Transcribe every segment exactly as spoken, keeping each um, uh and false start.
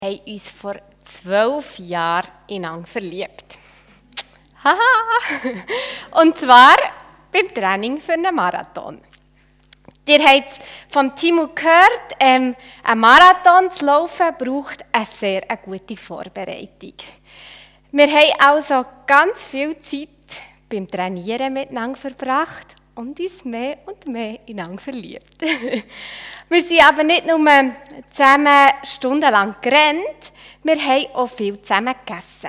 haben uns vor zwölf Jahren ineinander verliebt. Haha! Und zwar beim Training für einen Marathon. Ihr habt es vom Timo gehört, ähm, ein Marathon zu laufen braucht eine sehr eine gute Vorbereitung. Wir haben also ganz viel Zeit beim Trainieren miteinander verbracht und uns mehr und mehr ineinander verliebt. Wir sind aber nicht nur zusammen stundenlang gerannt, wir haben auch viel zusammen gegessen.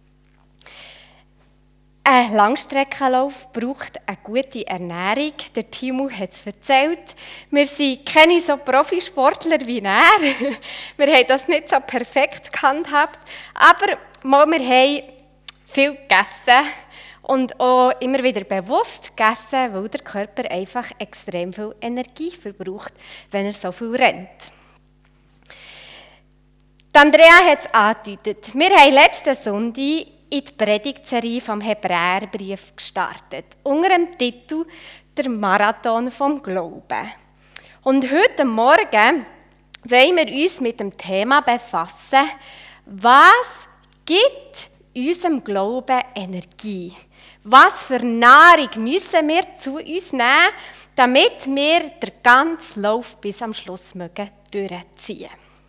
Ein Langstreckenlauf braucht eine gute Ernährung. Der Timo hat es erzählt. Wir sind keine so Profisportler wie er. Wir haben das nicht so perfekt gehandhabt. Aber mal, wir haben viel gegessen und auch immer wieder bewusst gegessen, weil der Körper einfach extrem viel Energie verbraucht, wenn er so viel rennt. Die Andrea hat es angedeutet. Wir haben letzten Sonntag in die Predigtserie vom Hebräerbrief gestartet, unter dem Titel «Der Marathon vom Glauben». Und heute Morgen wollen wir uns mit dem Thema befassen, was gibt unserem Glauben Energie? Was für Nahrung müssen wir zu uns nehmen, damit wir den ganzen Lauf bis am Schluss mögen durchziehen?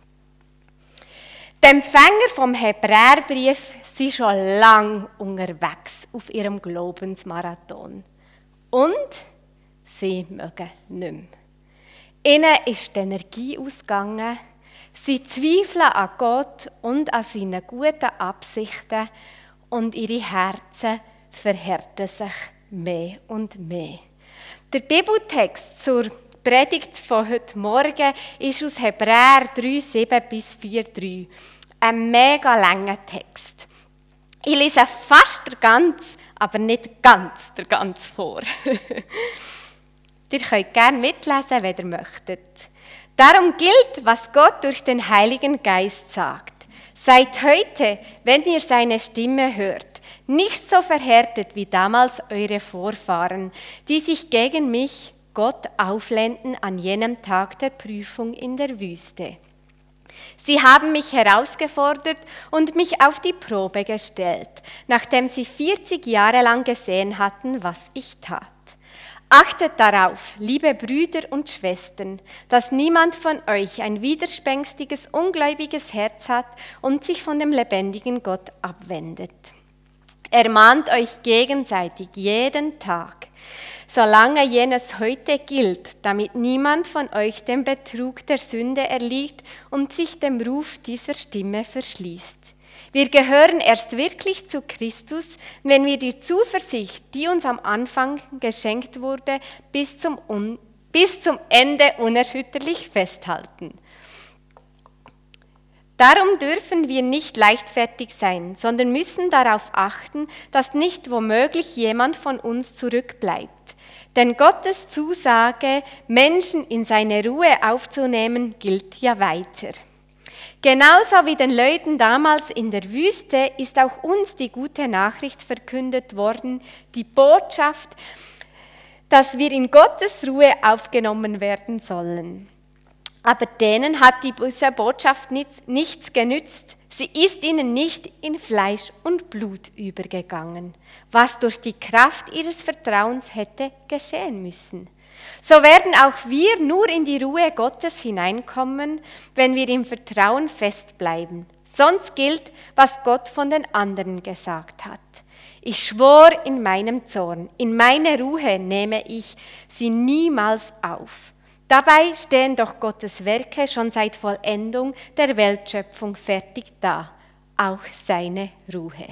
Die Empfänger vom Hebräerbrief sind schon lange unterwegs auf ihrem Glaubensmarathon. Und sie mögen nicht mehr. Ihnen ist die Energie ausgegangen. Sie zweifeln an Gott und an seinen guten Absichten. Und ihre Herzen verhärten sich mehr und mehr. Der Bibeltext zur Predigt von heute Morgen ist aus Hebräer drei, sieben bis vier, drei. Ein mega langer Text. Ich lese fast der ganz, aber nicht ganz der ganz vor. Ihr könnt gerne mitlesen, wenn ihr möchtet. Darum gilt, was Gott durch den Heiligen Geist sagt. Seid heute, wenn ihr seine Stimme hört, nicht so verhärtet wie damals eure Vorfahren, die sich gegen mich, Gott, auflehnten an jenem Tag der Prüfung in der Wüste. Sie haben mich herausgefordert und mich auf die Probe gestellt, nachdem sie vierzig Jahre lang gesehen hatten, was ich tat. Achtet darauf, liebe Brüder und Schwestern, dass niemand von euch ein widerspenstiges, ungläubiges Herz hat und sich von dem lebendigen Gott abwendet. Ermahnt euch gegenseitig jeden Tag, solange jenes heute gilt, damit niemand von euch dem Betrug der Sünde erliegt und sich dem Ruf dieser Stimme verschließt. Wir gehören erst wirklich zu Christus, wenn wir die Zuversicht, die uns am Anfang geschenkt wurde, bis zum, Un- bis zum Ende unerschütterlich festhalten. Darum dürfen wir nicht leichtfertig sein, sondern müssen darauf achten, dass nicht womöglich jemand von uns zurückbleibt. Denn Gottes Zusage, Menschen in seine Ruhe aufzunehmen, gilt ja weiter. Genauso wie den Leuten damals in der Wüste ist auch uns die gute Nachricht verkündet worden, die Botschaft, dass wir in Gottes Ruhe aufgenommen werden sollen. Aber denen hat diese Botschaft nichts genützt. Sie ist ihnen nicht in Fleisch und Blut übergegangen, was durch die Kraft ihres Vertrauens hätte geschehen müssen. So werden auch wir nur in die Ruhe Gottes hineinkommen, wenn wir im Vertrauen festbleiben. Sonst gilt, was Gott von den anderen gesagt hat. Ich schwor in meinem Zorn, in meine Ruhe nehme ich sie niemals auf. Dabei stehen doch Gottes Werke schon seit Vollendung der Weltschöpfung fertig da, auch seine Ruhe.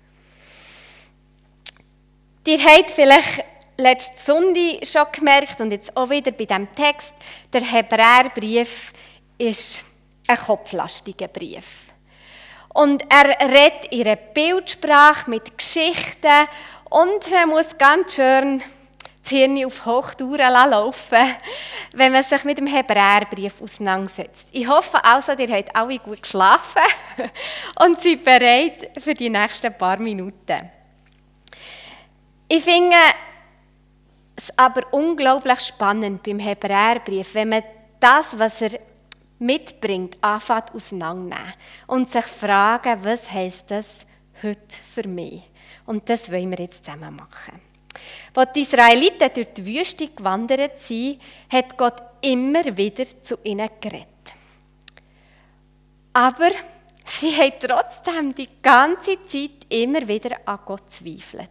Ihr habt vielleicht letzten Sonntag schon gemerkt und jetzt auch wieder bei diesem Text, der Hebräerbrief ist ein kopflastiger Brief. Und er redet in einer Bildsprache mit Geschichten und man muss ganz schön das Hirn auf Hochtouren laufen, wenn man sich mit dem Hebräerbrief auseinandersetzt. Ich hoffe also, ihr habt alle gut geschlafen und seid bereit für die nächsten paar Minuten. Ich finde es aber unglaublich spannend beim Hebräerbrief, wenn man das, was er mitbringt, anfängt auseinandernehmen und sich fragen, was heisst das heute für mich? Und das wollen wir jetzt zusammen machen. Als die Israeliten durch die Wüste gewandert sind, hat Gott immer wieder zu ihnen geredet. Aber sie haben trotzdem die ganze Zeit immer wieder an Gott zweifelt.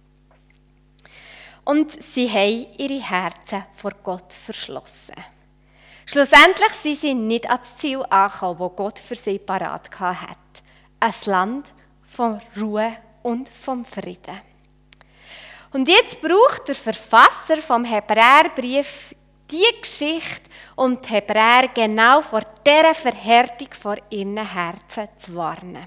Und sie haben ihre Herzen vor Gott verschlossen. Schlussendlich sind sie nicht ans Ziel angekommen, das Gott für sie parat hat. Ein Land von Ruhe und vom Frieden. Und jetzt braucht der Verfasser vom Hebräerbrief die Geschichte, um die Hebräer genau vor dieser Verhärtung vor ihren Herzen zu warnen.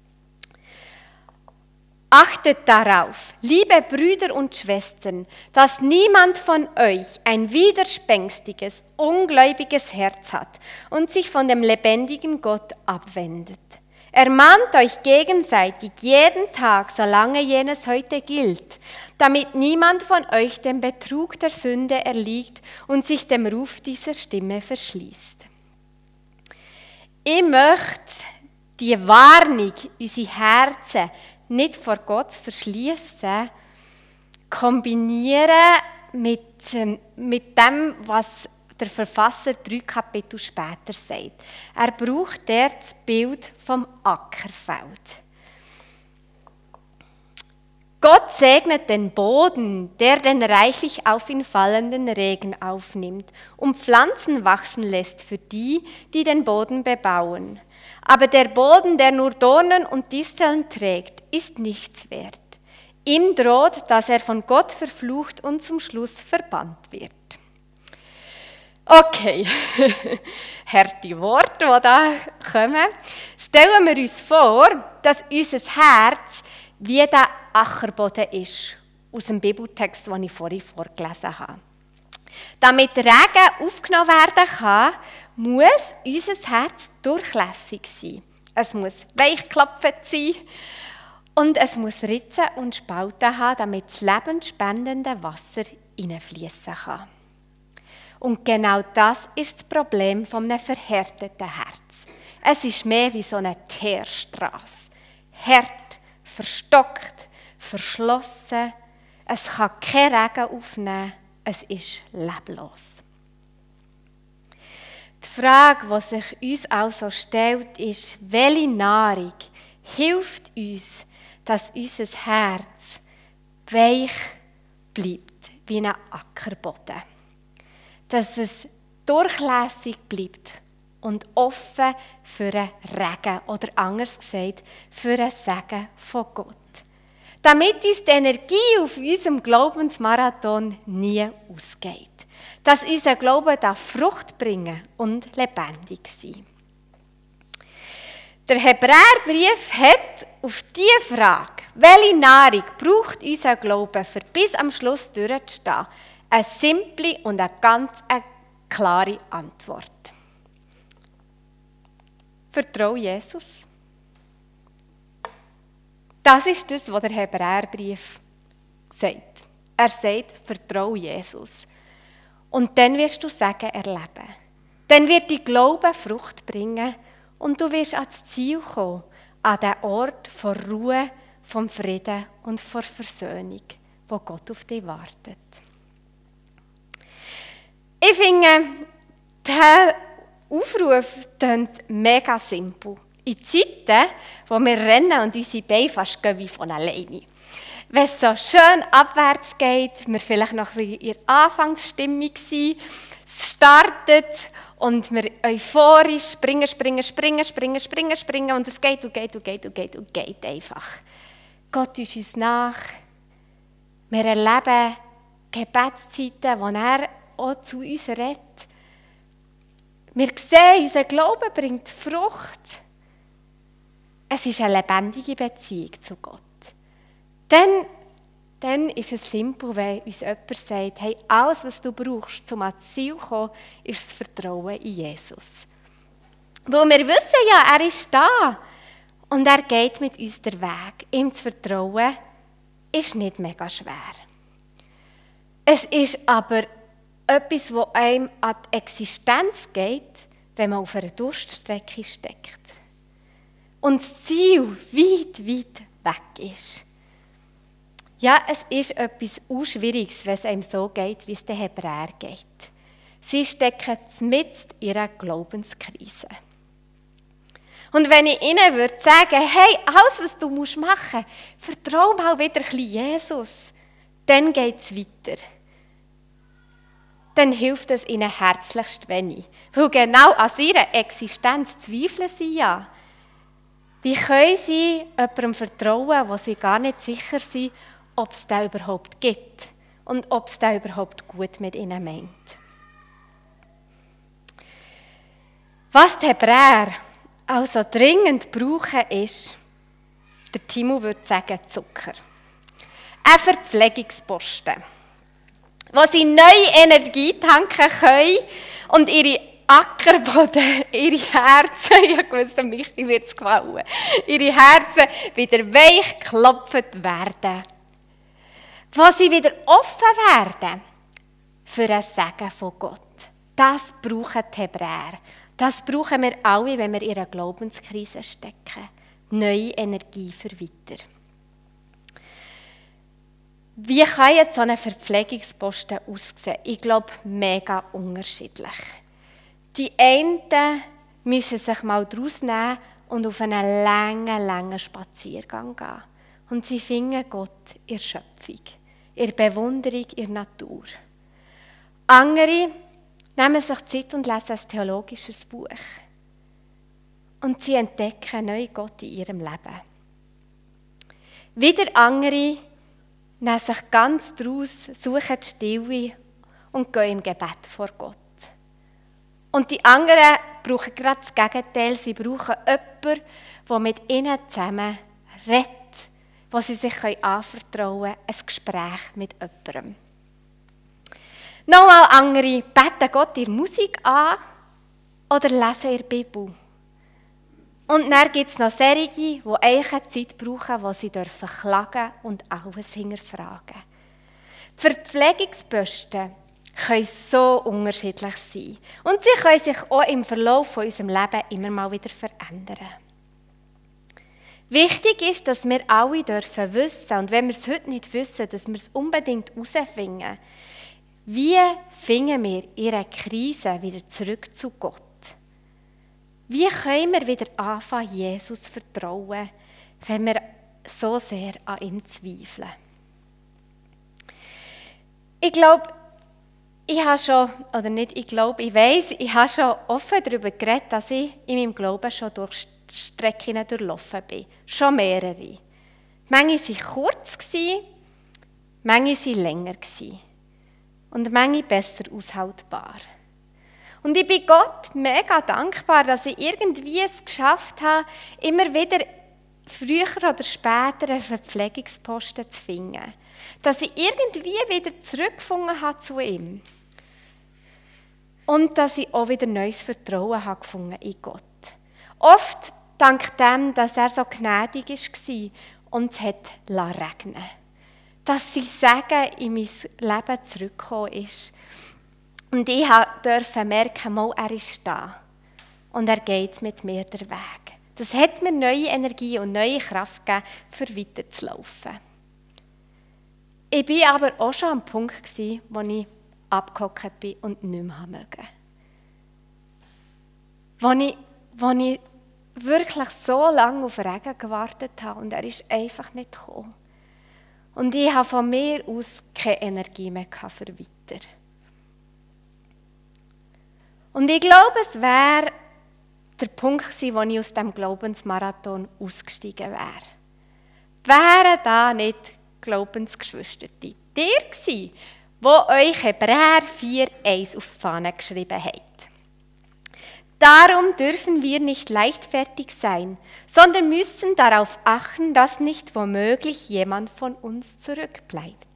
Achtet darauf, liebe Brüder und Schwestern, dass niemand von euch ein widerspenstiges, ungläubiges Herz hat und sich von dem lebendigen Gott abwendet. Ermahnt euch gegenseitig jeden Tag, solange jenes heute gilt, damit niemand von euch dem Betrug der Sünde erliegt und sich dem Ruf dieser Stimme verschließt. Ich möchte die Warnung, unsere Herzen nicht vor Gott zu verschließen, kombinieren mit, ähm, mit dem, was der Verfasser drei Kapitel später sagt. Er braucht dort das Bild vom Ackerfeld. Gott segnet den Boden, der den reichlich auf ihn fallenden Regen aufnimmt und Pflanzen wachsen lässt für die, die den Boden bebauen. Aber der Boden, der nur Dornen und Disteln trägt, ist nichts wert. Ihm droht, dass er von Gott verflucht und zum Schluss verbannt wird. Okay, harte Worte, die da kommen. Stellen wir uns vor, dass unser Herz wie der Ackerboden ist, aus dem Bibeltext, den ich vorhin vorgelesen habe. Damit der Regen aufgenommen werden kann, muss unser Herz durchlässig sein. Es muss weichklopfend sein und es muss Ritzen und Spalten haben, damit das lebensspendende Wasser hineinfließen kann. Und genau das ist das Problem von einem verhärteten Herz. Es ist mehr wie so eine Teerstrasse. Hart, verstockt, verschlossen. Es kann kein Regen aufnehmen. Es ist leblos. Die Frage, die sich uns also stellt, ist, welche Nahrung hilft uns, dass unser Herz weich bleibt, wie ein Ackerboden. Dass es durchlässig bleibt und offen für einen Regen oder anders gesagt, für einen Segen von Gott. Damit uns die Energie auf unserem Glaubensmarathon nie ausgeht. Dass unser Glaube da Frucht bringen und lebendig sein. Der Hebräerbrief hat auf diese Frage, welche Nahrung braucht unser Glaube, für bis am Schluss durchzustehen, eine simple und eine ganz eine klare Antwort. Vertraue Jesus. Das ist das, was der Hebräerbrief sagt. Er sagt, vertraue Jesus. Und dann wirst du Segen erleben. Dann wird dein Glaube Frucht bringen und du wirst ans Ziel kommen, an den Ort von Ruhe, vom Frieden und von Versöhnung, wo Gott auf dich wartet. Ich finde, dieser Aufruf klingt mega simpel. In Zeiten, wo wir rennen und unsere Beine fast gehen wie von alleine. Wenn es so schön abwärts geht, wir vielleicht noch in der Anfangsstimmung sind, es startet und wir euphorisch springen, springen, springen, springen, springen, springen und es geht und geht und geht und geht und geht einfach. Gott ist uns nach. Wir erleben Gebetszeiten, wo er auch zu uns redet. Wir sehen, unser Glaube bringt Frucht. Es ist eine lebendige Beziehung zu Gott. Dann, dann ist es simpel, wenn uns jemand sagt, hey, alles, was du brauchst, um ans Ziel zu kommen, ist das Vertrauen in Jesus. Weil wir wissen ja, er ist da und er geht mit uns den Weg. Ihm zu vertrauen, ist nicht mega schwer. Es ist aber etwas, das einem an die Existenz geht, wenn man auf einer Durststrecke steckt und das Ziel weit, weit weg ist. Ja, es ist etwas Unschwieriges, wenn es einem so geht, wie es den Hebräer geht. Sie stecken mitten in ihrer Glaubenskrise. Und wenn ich ihnen würde sagen, hey, alles, was du machen musst, vertrau mal wieder ein bisschen Jesus, dann geht es weiter. Dann hilft es ihnen herzlichst wenig. Weil genau an ihrer Existenz zweifeln sie ja. Wie können sie jemandem vertrauen, wo sie gar nicht sicher sind, ob es den überhaupt gibt und ob es den überhaupt gut mit ihnen meint? Was die Hebräer also dringend brauchen, ist, der Timo würde sagen, Zucker. Ein Verpflegungsposten, wo sie neue Energie tanken können und ihre Ackerboden, ihre Herzen, ich wusste, Michi wird es gefallen, ihre Herzen wieder weich geklopft werden. Wo sie wieder offen werden für ein Segen von Gott. Das brauchen die Hebräer. Das brauchen wir alle, wenn wir in einer Glaubenskrise stecken. Neue Energie für weiter. Wie kann jetzt so ein Verpflegungsposten aussehen? Ich glaube, mega unterschiedlich. Die einen müssen sich mal daraus nehmen und auf einen langen, langen Spaziergang gehen. Und sie finden Gott in der Schöpfung, in der Bewunderung, in der Natur. Andere nehmen sich Zeit und lesen ein theologisches Buch. Und sie entdecken neu Gott in ihrem Leben. Wieder andere nehmen sich ganz daraus, suchen die Stille und gehen im Gebet vor Gott. Und die anderen brauchen gerade das Gegenteil. Sie brauchen jemanden, der mit ihnen zusammen redet, wo sie sich anvertrauen können, ein Gespräch mit jemandem. Nochmal andere beten Gott in Musik an oder lesen in der Bibel. Und dann gibt es noch solche, die eigentlich eine Zeit brauchen, wo sie dürfen klagen und alles hinterfragen. Die Verpflegungsposten können so unterschiedlich sein. Und sie können sich auch im Verlauf von unserem Leben immer mal wieder verändern. Wichtig ist, dass wir alle dürfen wissen, und wenn wir es heute nicht wissen, dass wir es unbedingt herausfinden, wie finden wir in einer Krise wieder zurück zu Gott? Wie können wir wieder anfangen, Jesus zu vertrauen, wenn wir so sehr an ihm zweifeln? Ich glaube, ich habe schon, oder nicht, ich glaube, ich weiss, ich habe schon offen darüber geredet, dass ich in meinem Glauben schon durch Strecken durchlaufen bin. Schon mehrere. Manche waren kurz, manche waren länger. Und manche besser aushaltbar. Und ich bin Gott mega dankbar, dass ich irgendwie es geschafft habe, immer wieder früher oder später einen Verpflegungsposten zu finden. Dass ich irgendwie wieder zurückgefunden habe zu ihm. Und dass ich auch wieder neues Vertrauen habe gefunden in Gott. Oft dank dem, dass er so gnädig war und es hat regnen lassen. Dass sein Segen in mein Leben zurückgekommen ist. Und ich durfte merken, mal, er ist da. Und er geht mit mir den Weg. Das hat mir neue Energie und neue Kraft gegeben, für weiterzulaufen. Ich war aber auch schon am Punkt, wo ich abgehockt bin und nicht mehr mögen. Wo ich, wo ich wirklich so lange auf Regen gewartet habe und er ist einfach nicht gekommen. Und ich habe von mir aus keine Energie mehr für weiter. Und ich glaube, es wäre der Punkt gewesen, wo ich aus dem Glaubensmarathon ausgestiegen wäre. Wären da nicht Glaubensgeschwister die gewesen, die euch Hebräer vier eins auf die Fahne geschrieben habt. Darum dürfen wir nicht leichtfertig sein, sondern müssen darauf achten, dass nicht womöglich jemand von uns zurückbleibt.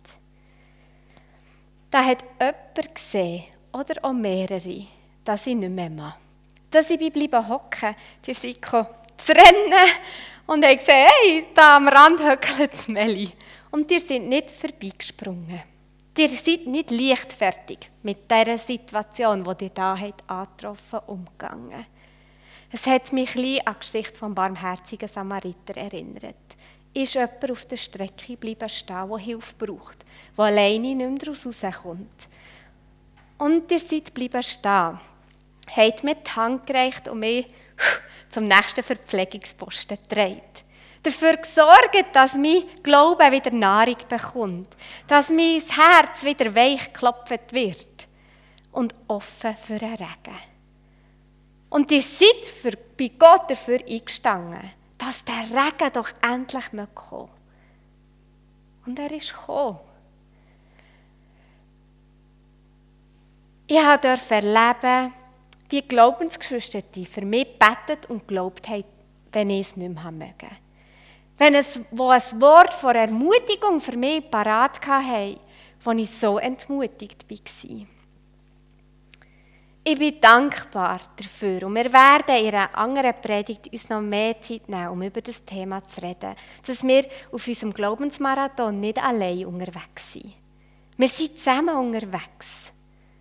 Da hat jemand gesehen, oder auch mehrere, dass ich nicht mehr mache. Dass ich bleibe hocken, die sind zu rennen und ich gesehen, hey, da am Rand höckelt das Meli. Und die sind nicht vorbeigesprungen. ihr seid nicht leichtfertig mit dieser Situation, die ihr da habt angetroffen, umgegangen. Es hat mich ein bisschen an die Geschichte vom barmherzigen Samariter erinnert. Ist jemand auf der Strecke bleiben stehen, der Hilfe braucht, der alleine nicht mehr daraus rauskommt. Und ihr seid bleiben stehen, habt mir die Hand gereicht und mich zum nächsten Verpflegungsposten getragen. Dafür gesorgt, dass mein Glaube wieder Nahrung bekommt, dass mein Herz wieder weich geklopft wird und offen für den Regen. Und ihr seid für, bei Gott dafür eingestanden, dass der Regen doch endlich kommen muss. Und er ist gekommen. Ich durfte erleben, wie Glaubensgeschwister für mich gebetet und geglaubt haben, wenn ich es nicht mehr mögen. Wenn es wo ein Wort von Ermutigung für mich parat hatte, wo ich so entmutigt war. Ich bin dankbar dafür und wir werden in einer anderen Predigt uns noch mehr Zeit nehmen, um über das Thema zu reden, dass wir auf unserem Glaubensmarathon nicht allein unterwegs sind. Wir sind zusammen unterwegs.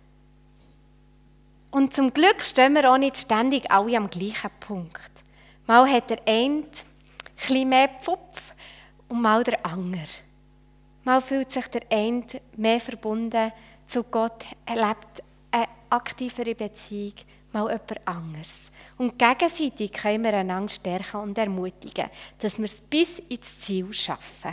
Und zum Glück stehen wir auch nicht ständig alle am gleichen Punkt. Mal hat der eine etwas mehr Pfupf und mal der andere. Mal fühlt sich der eine mehr verbunden zu Gott, erlebt eine aktivere Beziehung, mal jemand anderes. Und gegenseitig können wir einander stärken und ermutigen, dass wir es bis ins Ziel schaffen.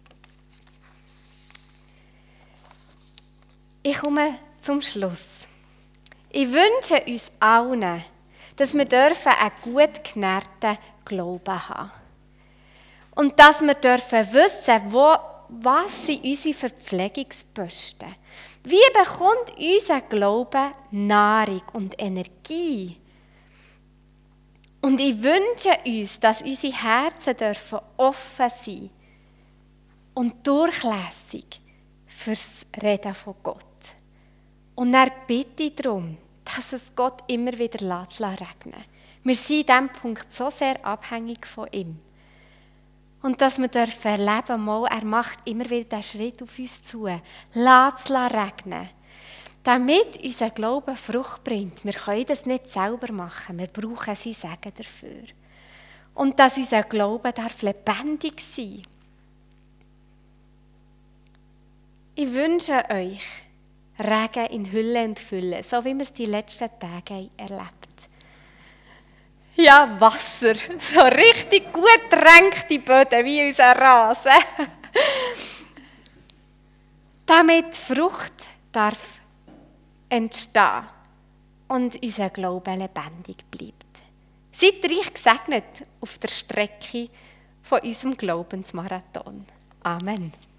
Ich komme zum Schluss. Ich wünsche uns allen, dass wir dürfen einen gut genährten Glauben haben. Und dass wir dürfen wissen, wo, was sind unsere Verpflegungsposten. Wie bekommt unser Glaube Nahrung und Energie? Und ich wünsche uns, dass unsere Herzen dürfen offen sein und durchlässig fürs Reden von Gott. Und er bitte ich darum, dass es Gott immer wieder regnen lässt. Wir sind in diesem Punkt so sehr abhängig von ihm. Und dass wir dürfen erleben, mal, er macht immer wieder den Schritt auf uns zu. Lass es regnen. Damit unser Glaube Frucht bringt. Wir können das nicht selber machen. Wir brauchen sein Segen dafür. Und dass unser Glaube darf lebendig sein. Ich wünsche euch Regen in Hülle und Fülle, so wie wir es die letzten Tage erlebt. Ja, Wasser, so richtig gut tränkte Böden wie unser Rasen. Damit Frucht darf entstehen und unser Glaube lebendig bleibt. Seid reich gesegnet auf der Strecke von unserem Glaubensmarathon. Amen.